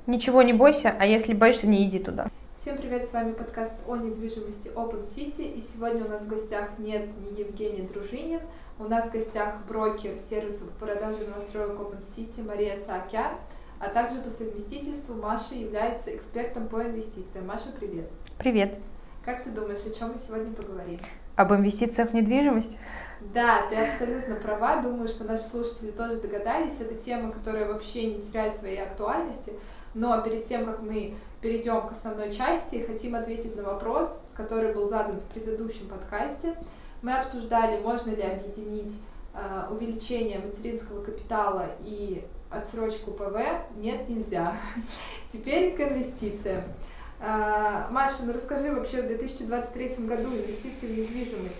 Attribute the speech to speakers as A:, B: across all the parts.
A: Ничего не бойся, а если боишься, не иди туда.
B: Всем привет, с вами подкаст о недвижимости Open City, и сегодня у нас в гостях нет не Евгений Дружинин, у нас в гостях брокер сервиса по продаже новостроек Open City Мария Саакян, а также по совместительству Маша является экспертом по инвестициям. Маша, привет.
A: Привет.
B: Как ты думаешь, о чем мы сегодня поговорим?
A: Об инвестициях в недвижимость?
B: Да, ты абсолютно права. Думаю, что наши слушатели тоже догадались. Это тема, которая вообще не теряет своей актуальности. Но перед тем, как мы перейдем к основной части, хотим ответить на вопрос, который был задан в предыдущем подкасте. Мы обсуждали, можно ли объединить увеличение материнского капитала и отсрочку ПВ. Нет, нельзя. Теперь к инвестициям. Маша, ну расскажи, вообще в 2023 году инвестиции в недвижимость,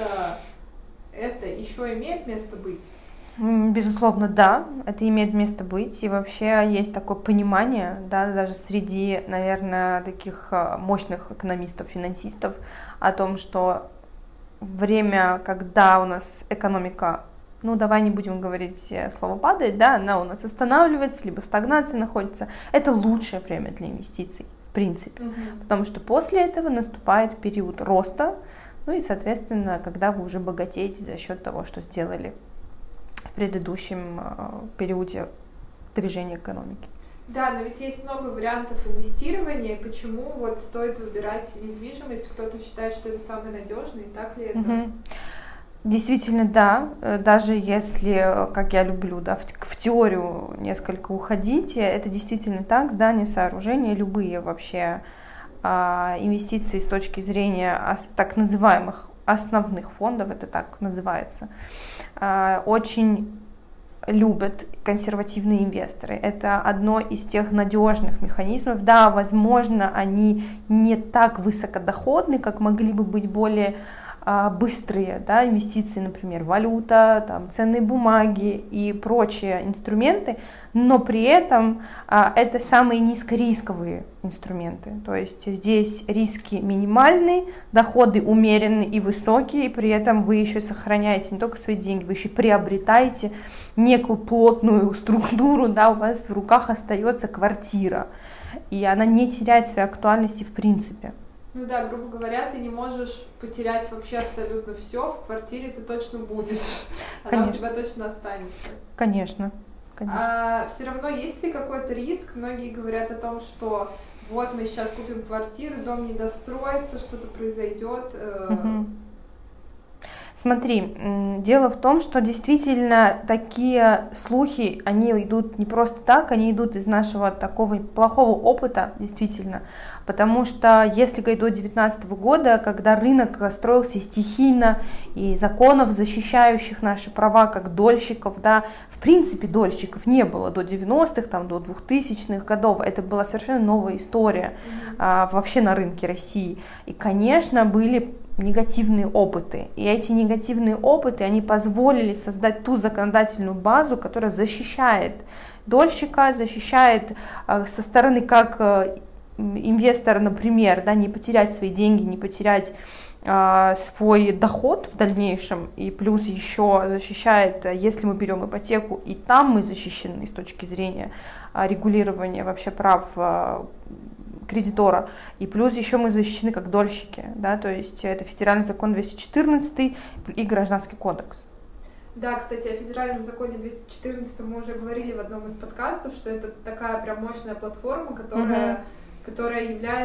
B: это еще имеет место быть?
A: Безусловно, да, это имеет место быть, и вообще есть такое понимание, да, даже среди, наверное, таких мощных экономистов, финансистов, о том, что время, когда у нас экономика, ну давай не будем говорить слово падает, да, она у нас останавливается, либо в стагнации находится, это лучшее время для инвестиций. В принципе, потому что после этого наступает период роста, ну и, соответственно, когда вы уже богатеете за счет того, что сделали в предыдущем периоде движения экономики.
B: Да, но ведь есть много вариантов инвестирования, почему вот стоит выбирать недвижимость, кто-то считает, что это самый надежный, так ли это?
A: Действительно, да, даже если, как я люблю, да, в теорию несколько уходить, это действительно так, здания, сооружения, любые вообще инвестиции с точки зрения так называемых основных фондов, это так называется, очень любят консервативные инвесторы. Это одно из тех надежных механизмов. Да, возможно, они не так высокодоходны, как могли бы быть более быстрые, да, инвестиции, например, валюта, там, ценные бумаги и прочие инструменты, но при этом это самые низкорисковые инструменты. То есть здесь риски минимальные, доходы умеренные и высокие, и при этом вы еще сохраняете не только свои деньги, вы еще приобретаете некую плотную структуру, да, у вас в руках остается квартира, и она не теряет своей актуальности в принципе.
B: Ну да, грубо говоря, ты не можешь потерять вообще абсолютно все, в квартире ты точно будешь, она у тебя точно останется.
A: Конечно.
B: А все равно есть ли какой-то риск? Многие говорят о том, что вот мы сейчас купим квартиру, дом не достроится, что-то произойдет.
A: Смотри, дело в том, что действительно такие слухи, они идут не просто так, они идут из нашего такого плохого опыта, действительно, потому что если говорить до 2019 года, когда рынок строился стихийно, и законов, защищающих наши права как дольщиков, да, в принципе дольщиков не было до 90-х, там, до 2000-х годов, это была совершенно новая история вообще на рынке России, и, конечно, были негативные опыты. И эти негативные опыты, они позволили создать ту законодательную базу, которая защищает дольщика, защищает со стороны как инвестора, например, да, не потерять свои деньги, не потерять свой доход в дальнейшем, и плюс еще защищает, если мы берем ипотеку, и там мы защищены с точки зрения регулирования вообще прав кредитора, и плюс еще мы защищены как дольщики, да, то есть это федеральный закон 214 и гражданский кодекс.
B: Да, кстати, о федеральном законе 214 мы уже говорили в одном из подкастов, что это такая прям мощная платформа, которая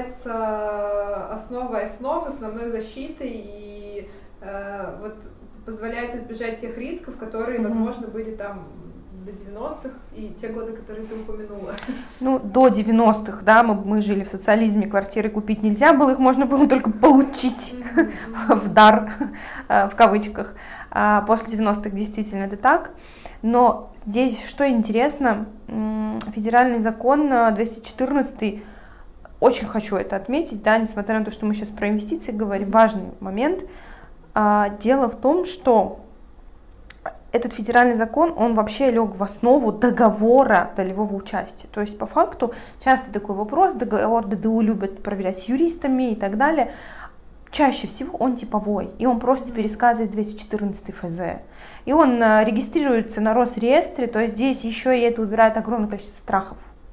B: является основой основ, основной защитой и вот позволяет избежать тех рисков, которые, возможно, были там до 90-х и те годы, которые ты упомянула. Ну,
A: до 90-х, да, мы жили в социализме, квартиры купить нельзя было, их можно было только получить в дар, в кавычках. После 90-х действительно это так. Но здесь, что интересно, федеральный закон 214, очень хочу это отметить, да, несмотря на то, что мы сейчас про инвестиции говорим, важный момент. Дело в том, что этот федеральный закон, он вообще лег в основу договора долевого участия. То есть по факту часто такой вопрос, договор ДДУ любят проверять юристами и так далее. Чаще всего он типовой, и он просто пересказывает 214 ФЗ. И он регистрируется на Росреестре, то есть здесь еще и это убирает огромное количество страхов.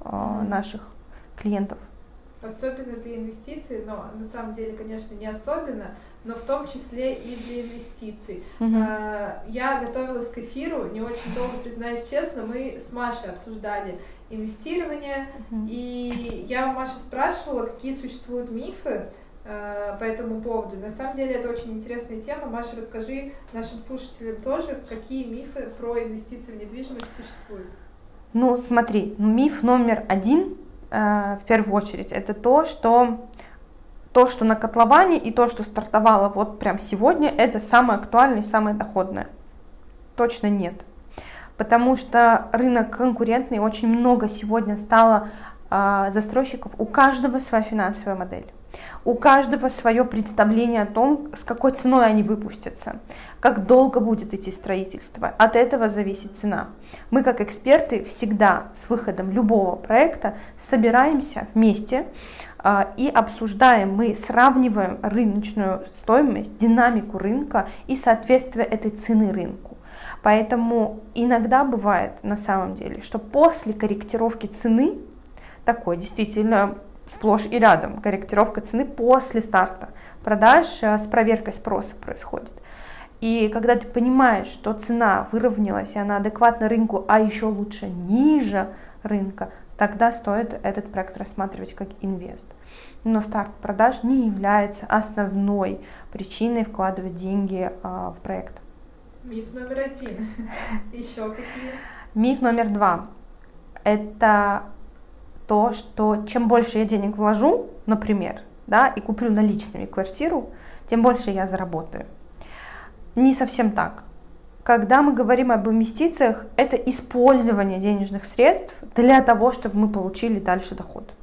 A: наших клиентов.
B: Особенно для инвестиций, но на самом деле, конечно, не особенно, но в том числе и для инвестиций. Я готовилась к эфиру, не очень долго, признаюсь честно, мы с Машей обсуждали инвестирование, и я у Маши спрашивала, какие существуют мифы по этому поводу. На самом деле это очень интересная тема. Маша, расскажи нашим слушателям тоже, какие мифы про инвестиции в недвижимость существуют.
A: Ну, смотри, миф номер один, в первую очередь, это то, что на котловане и то, что стартовало вот прям сегодня, это самое актуальное и самое доходное. Точно нет. Потому что рынок конкурентный, очень много сегодня стало застройщиков, у каждого своя финансовая модель. У каждого свое представление о том, с какой ценой они выпустятся, как долго будет идти строительство. От этого зависит цена. Мы, как эксперты, всегда с выходом любого проекта собираемся вместе и обсуждаем, мы сравниваем рыночную стоимость, динамику рынка и соответствие этой цены рынку. Поэтому иногда бывает на самом деле, что после корректировки цены, такой действительно сплошь и рядом, корректировка цены после старта продаж с проверкой спроса происходит. И когда ты понимаешь, что цена выровнялась, и она адекватна рынку, а еще лучше ниже рынка, тогда стоит этот проект рассматривать как инвест. Но старт продаж не является основной причиной вкладывать деньги в проект.
B: Миф номер один. Еще какие?
A: Миф номер два. Это то, что чем больше я денег вложу, например, да, и куплю наличными квартиру, тем больше я заработаю. Не совсем так. Когда мы говорим об инвестициях, это использование денежных средств для того, чтобы мы получили дальше доход.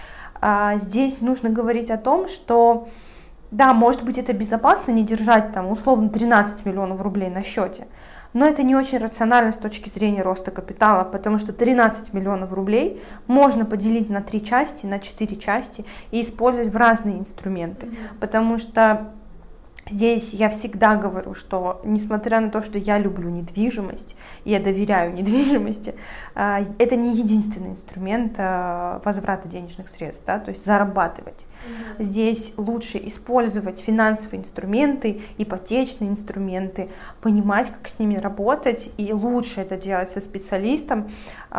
A: Здесь нужно говорить о том, что да, может быть, это безопасно не держать там условно 13 миллионов рублей на счете, но это не очень рационально с точки зрения роста капитала, потому что 13 миллионов рублей можно поделить на 3 части, на 4 части и использовать в разные инструменты, потому что здесь я всегда говорю, что несмотря на то, что я люблю недвижимость, я доверяю недвижимости, это не единственный инструмент возврата денежных средств, да, то есть зарабатывать. Здесь лучше использовать финансовые инструменты, ипотечные инструменты, понимать, как с ними работать, и лучше это делать со специалистом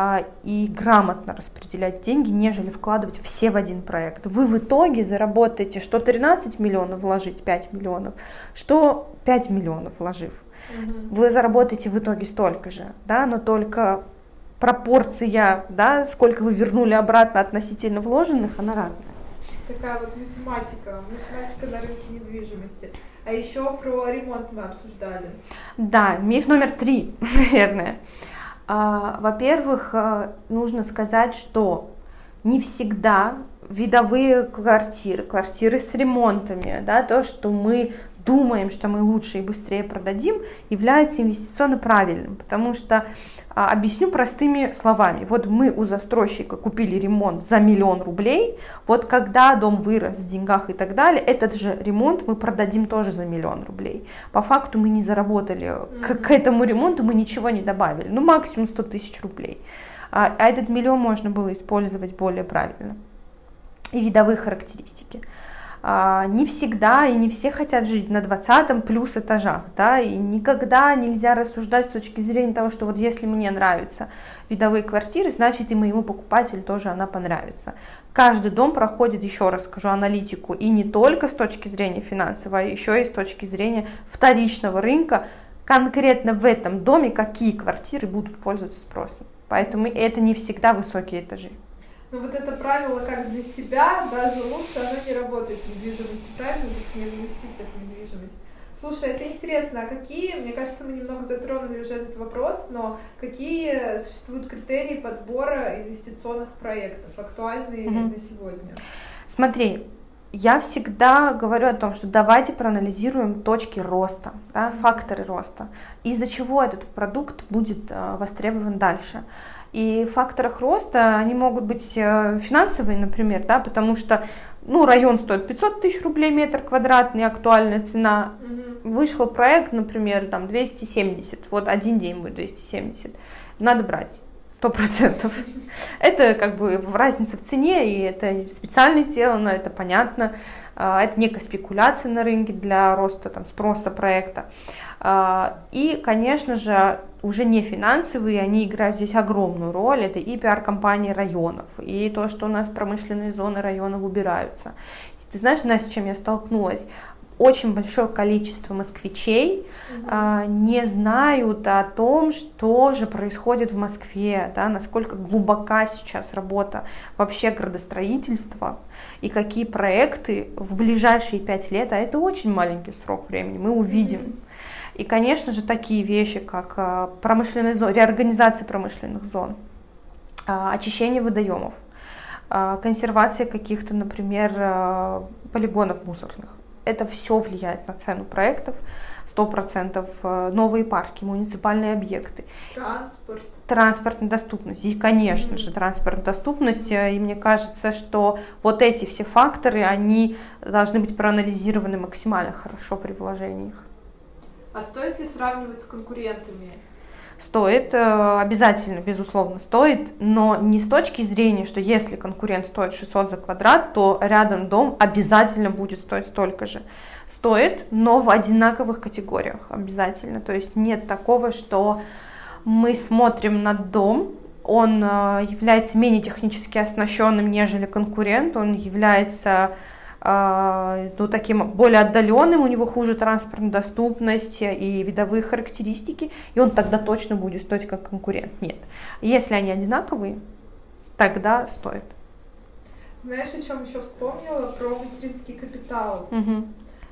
A: и грамотно распределять деньги, нежели вкладывать все в один проект. Вы в итоге заработаете, что 13 миллионов вложить 5 миллионов, что 5 миллионов вложив. Вы заработаете в итоге столько же, да, но только пропорция, да, сколько вы вернули обратно относительно вложенных, она разная.
B: Такая вот математика на рынке недвижимости. А еще про ремонт мы обсуждали.
A: Да, миф номер 3, наверное. Во-первых, нужно сказать, что не всегда видовые квартиры с ремонтами, да, то, что мы думаем, что мы лучше и быстрее продадим, является инвестиционно правильным, потому что, объясню простыми словами, вот мы у застройщика купили ремонт за 1 000 000 рублей, вот когда дом вырос в деньгах и так далее, этот же ремонт мы продадим тоже за 1 000 000 рублей. По факту мы не заработали, к этому ремонту мы ничего не добавили, ну максимум 100 000 рублей, а этот 1 000 000 можно было использовать более правильно. И видовые характеристики. Не всегда и не все хотят жить на 20-м плюс этажах, да, и никогда нельзя рассуждать с точки зрения того, что вот если мне нравятся видовые квартиры, значит и моему покупателю тоже она понравится. Каждый дом проходит, еще раз скажу, аналитику, и не только с точки зрения финансовой, а еще и с точки зрения вторичного рынка, конкретно в этом доме какие квартиры будут пользоваться спросом. Поэтому это не всегда высокие этажи.
B: Ну вот это правило как для себя, даже лучше оно не работает в недвижимости, правильно? Точнее, в инвестициях в недвижимость. Слушай, это интересно, а какие, мне кажется, мы немного затронули уже этот вопрос, но какие существуют критерии подбора инвестиционных проектов, актуальные на сегодня?
A: Смотри, я всегда говорю о том, что давайте проанализируем точки роста, да, факторы роста, из-за чего этот продукт будет востребован дальше. И в факторах роста они могут быть финансовые, например, да, потому что район стоит 500 000 рублей метр квадратный, актуальная цена. Вышел проект, например, там 270, вот один день будет 270, надо брать. 100%. Это как бы разница в цене, и это специально сделано, это понятно. Это некая спекуляция на рынке для роста там, спроса проекта. И, конечно же, уже не финансовые, они играют здесь огромную роль. Это и пиар-компании районов, и то, что у нас промышленные зоны районов убираются. Ты знаешь, Настя, с чем я столкнулась? Очень большое количество москвичей не знают о том, что же происходит в Москве, да, насколько глубока сейчас работа вообще градостроительства и какие проекты в ближайшие 5 лет, а это очень маленький срок времени, мы увидим. И, конечно же, такие вещи, как промышленные зоны, реорганизация промышленных зон, очищение водоемов, консервация каких-то, например, полигонов мусорных. Это все влияет на цену проектов, 100%, новые парки, муниципальные объекты.
B: Транспорт.
A: Транспортная доступность. И, конечно же, транспортная доступность. И мне кажется, что вот эти все факторы, они должны быть проанализированы максимально хорошо при вложении их.
B: А стоит ли сравнивать с конкурентами?
A: Стоит, обязательно, безусловно, стоит, но не с точки зрения, что если конкурент стоит 600 за квадрат, то рядом дом обязательно будет стоить столько же. Стоит, но в одинаковых категориях обязательно. То есть нет такого, что мы смотрим на дом, он является менее технически оснащенным, нежели конкурент, он является таким более отдаленным, у него хуже транспортная доступность и видовые характеристики, и он тогда точно будет стоить как конкурент. Нет. Если они одинаковые, тогда стоит.
B: Знаешь, о чем еще вспомнила? Про материнский капитал.
A: Угу.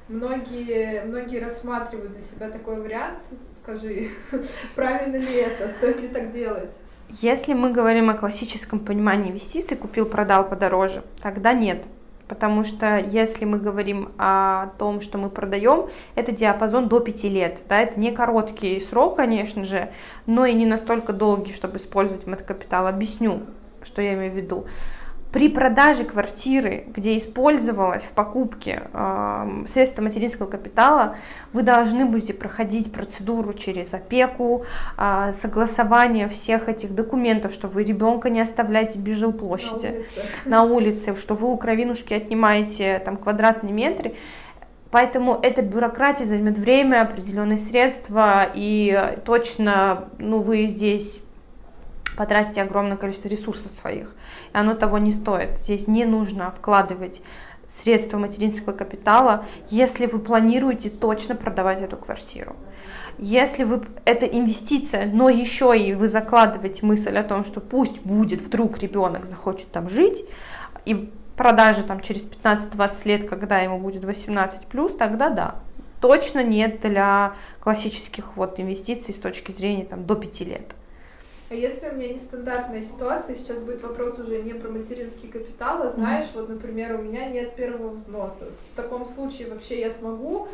B: Многие рассматривают для себя такой вариант. Скажи, правильно ли это? Стоит ли так делать?
A: Если мы говорим о классическом понимании инвестиций, купил-продал подороже, тогда нет. Потому что если мы говорим о том, что мы продаем, это диапазон до 5 лет. Да, это не короткий срок, конечно же, но и не настолько долгий, чтобы использовать маткапитал. Объясню, что я имею в виду. При продаже квартиры, где использовалось в покупке средства материнского капитала, вы должны будете проходить процедуру через опеку, согласование всех этих документов, что вы ребенка не оставляете без жилплощади на улице, что вы у кровинушки отнимаете там, квадратные метры. Поэтому эта бюрократия займет время, определенные средства, и точно вы здесь потратите огромное количество ресурсов своих, и оно того не стоит. Здесь не нужно вкладывать средства материнского капитала, если вы планируете точно продавать эту квартиру. Если это инвестиция, но еще и вы закладываете мысль о том, что пусть будет, вдруг ребенок захочет там жить, и продажа там через 15-20 лет, когда ему будет 18+, тогда да. Точно нет для классических инвестиций с точки зрения до 5 лет.
B: А если у меня нестандартная ситуация, сейчас будет вопрос уже не про материнский капитал, а знаешь, например, у меня нет первого взноса. В таком случае вообще я смогу,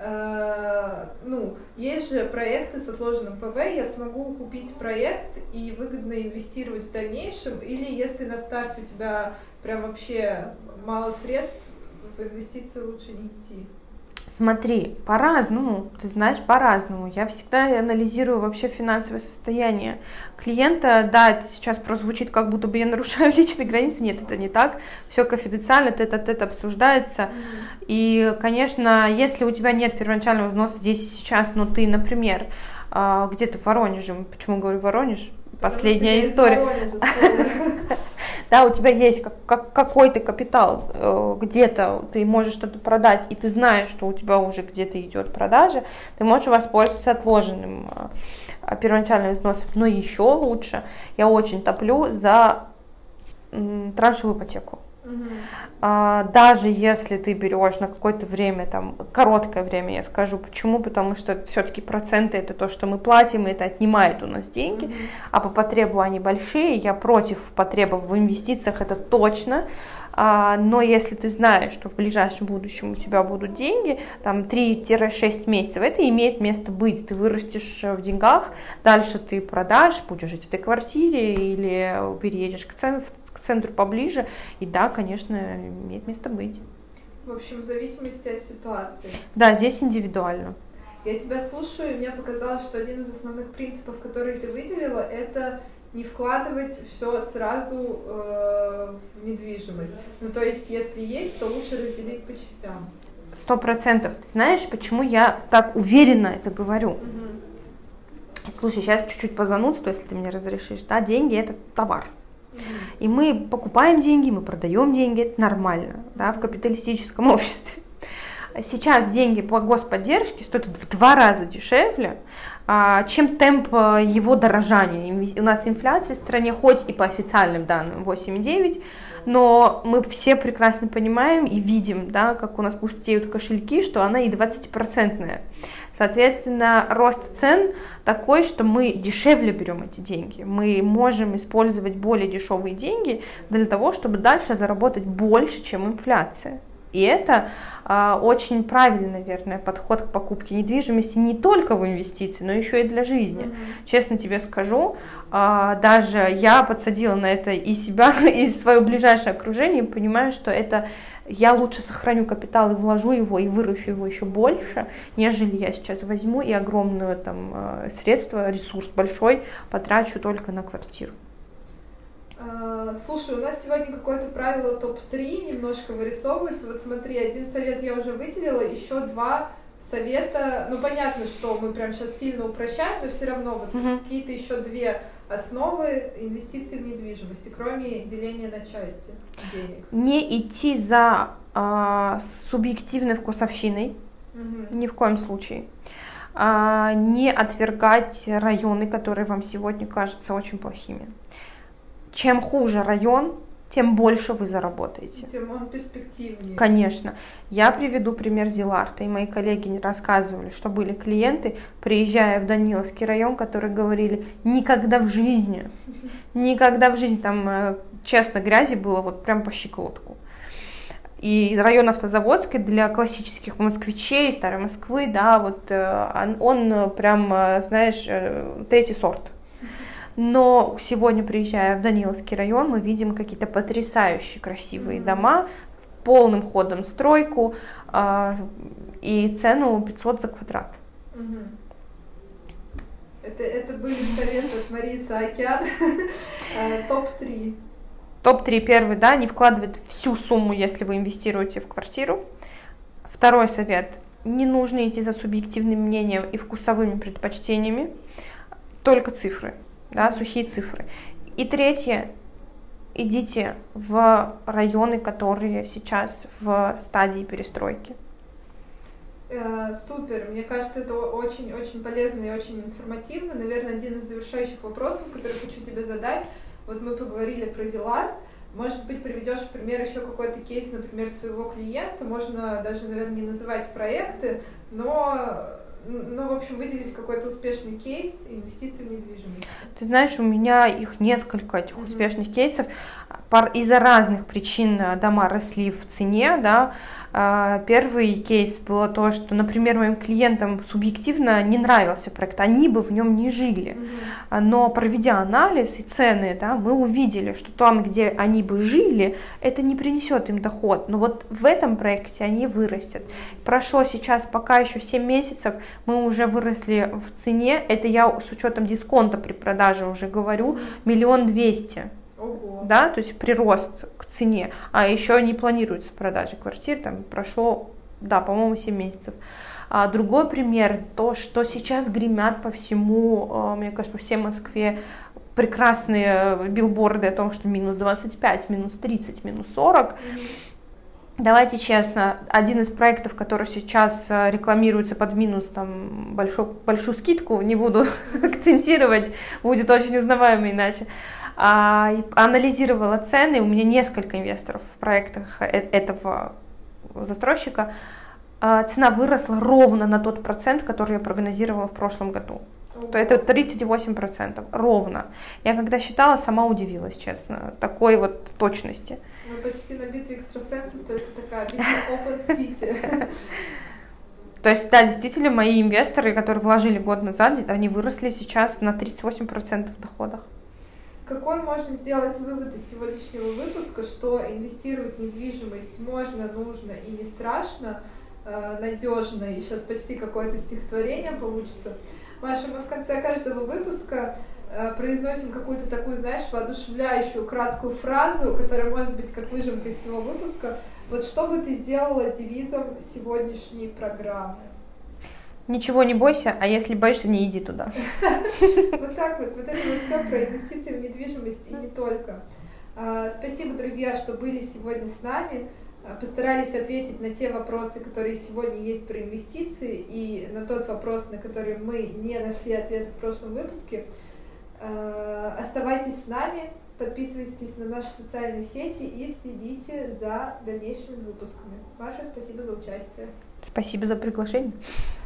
B: есть же проекты с отложенным ПВ, я смогу купить проект и выгодно инвестировать в дальнейшем, или если на старте у тебя прям вообще мало средств, в инвестиции лучше не идти?
A: Смотри, по-разному, ты знаешь, по-разному. Я всегда анализирую вообще финансовое состояние клиента. Да, это сейчас прозвучит, как будто бы я нарушаю личные границы. Нет, это не так. Все конфиденциально, тет-а-тет обсуждается. И, конечно, если у тебя нет первоначального взноса здесь и сейчас, но ты, например, где-то в Воронеже, почему говорю Воронеж? Последняя история. Да, у тебя есть какой-то капитал, где-то ты можешь что-то продать, и ты знаешь, что у тебя уже где-то идет продажа, ты можешь воспользоваться отложенным первоначальным взносом. Но еще лучше, я очень топлю за траншевую ипотеку. Даже если ты берешь на какое-то время, короткое время, я скажу почему, потому что все-таки проценты это то, что мы платим, и это отнимает у нас деньги, а по потребу они большие, я против потребов в инвестициях, это точно, но если ты знаешь, что в ближайшем будущем у тебя будут деньги, 3-6 месяцев, это имеет место быть, ты вырастешь в деньгах, дальше ты продашь, будешь жить в этой квартире или переедешь к центру поближе, и да, конечно, имеет место быть.
B: В общем, в зависимости от ситуации.
A: Да, здесь индивидуально.
B: Я тебя слушаю, и мне показалось, что один из основных принципов, которые ты выделила, это не вкладывать все сразу в недвижимость. Ну, то есть, если есть, то лучше разделить по частям.
A: 100%. Ты знаешь, почему я так уверенно это говорю? Слушай, сейчас чуть-чуть позанудствую, если ты мне разрешишь. Да, деньги – это товар. И мы покупаем деньги, мы продаем деньги, это нормально, да, в капиталистическом обществе. Сейчас деньги по господдержке стоят в 2 раза дешевле, чем темп его дорожания. У нас инфляция в стране, хоть и по официальным данным 8,9, но мы все прекрасно понимаем и видим, да, как у нас пустеют кошельки, что она и 20%. Соответственно, рост цен такой, что мы дешевле берем эти деньги. Мы можем использовать более дешевые деньги для того, чтобы дальше заработать больше, чем инфляция. И это очень правильный, наверное, подход к покупке недвижимости не только в инвестиции, но еще и для жизни. Честно тебе скажу, даже я подсадила на это и себя, и свое ближайшее окружение, и понимаю, что это я лучше сохраню капитал и вложу его, и выращу его еще больше, нежели я сейчас возьму и огромное там средство, ресурс большой потрачу только на квартиру.
B: Слушай, у нас сегодня какое-то правило топ-3 немножко вырисовывается. Вот смотри, один совет я уже выделила, еще 2 совета. Ну, понятно, что мы прям сейчас сильно упрощаем, но все равно вот какие-то еще 2 основы инвестиций в недвижимость, кроме деления на части денег.
A: Не идти за субъективной вкусовщиной, ни в коем случае. Не отвергать районы, которые вам сегодня кажутся очень плохими. Чем хуже район, тем больше вы заработаете.
B: Тем он перспективнее.
A: Конечно. Я приведу пример Зиларта, и мои коллеги рассказывали, что были клиенты, приезжая в Даниловский район, которые говорили, никогда в жизни, там, честно, грязи было вот прям по щиколотку. И район Автозаводской для классических москвичей, старой Москвы, да, вот он прям, знаешь, 3-й сорт. Но сегодня, приезжая в Даниловский район, мы видим какие-то потрясающие красивые дома, полным ходом стройку и цену 500 за квадрат.
B: Это были советы от Марии Саакян. Топ-3.
A: Топ-3. Первый, да, не вкладывать всю сумму, если вы инвестируете в квартиру. Второй совет. Не нужно идти за субъективным мнением и вкусовыми предпочтениями, только цифры. Да, сухие цифры. И третье, идите в районы, которые сейчас в стадии перестройки.
B: Супер, мне кажется, это очень-очень полезно и очень информативно. Наверное, один из завершающих вопросов, который хочу тебе задать. Вот мы поговорили про Зиларт. Может быть, приведешь в пример еще какой-то кейс, например, своего клиента. Можно даже, наверное, не называть проекты, но в общем, выделить какой-то успешный кейс инвестиций в недвижимость.
A: Ты знаешь, у меня их несколько, этих успешных кейсов. Из-за разных причин дома росли в цене, да. Первый кейс было то, что, например, моим клиентам субъективно не нравился проект, они бы в нем не жили. Но проведя анализ и цены, да, мы увидели, что там, где они бы жили, это не принесет им доход. Но вот в этом проекте они вырастят. Прошло сейчас пока еще 7 месяцев, мы уже выросли в цене, это я с учетом дисконта при продаже уже говорю, 1 200 000.
B: Ого.
A: Да, то есть прирост к цене, а еще не планируется продажа квартир, там прошло, да, по-моему, 7 месяцев. Другой пример, то, что сейчас гремят по всему, мне кажется, по всей Москве прекрасные билборды о том, что минус 25, минус 30, минус 40. Давайте честно, один из проектов, который сейчас рекламируется под минус, там, большую скидку, не буду акцентировать, будет очень узнаваемый иначе, анализировала цены, у меня несколько инвесторов в проектах этого застройщика, цена выросла ровно на тот процент, который я прогнозировала в прошлом году. То это 38%, ровно. Я когда считала, сама удивилась, честно, такой вот точности.
B: Мы почти на битве экстрасенсов, только такая битва опыт-сити.
A: То есть, да, действительно, мои инвесторы, которые вложили год назад, они выросли сейчас на 38% в доходах.
B: Какой можно сделать вывод из сегодняшнего выпуска, что инвестировать в недвижимость можно, нужно и не страшно, надежно, и сейчас почти какое-то стихотворение получится. Маша, мы в конце каждого выпуска произносим какую-то такую, знаешь, воодушевляющую краткую фразу, которая может быть как выжимка из всего выпуска. Вот что бы ты сделала девизом сегодняшней программы?
A: Ничего не бойся, а если боишься, не иди туда.
B: Вот так вот это вот все про инвестиции в недвижимость и не только. Спасибо, друзья, что были сегодня с нами. Постарались ответить на те вопросы, которые сегодня есть про инвестиции, и на тот вопрос, на который мы не нашли ответа в прошлом выпуске. Оставайтесь с нами, подписывайтесь на наши социальные сети и следите за дальнейшими выпусками. Маша, спасибо за участие.
A: Спасибо за приглашение.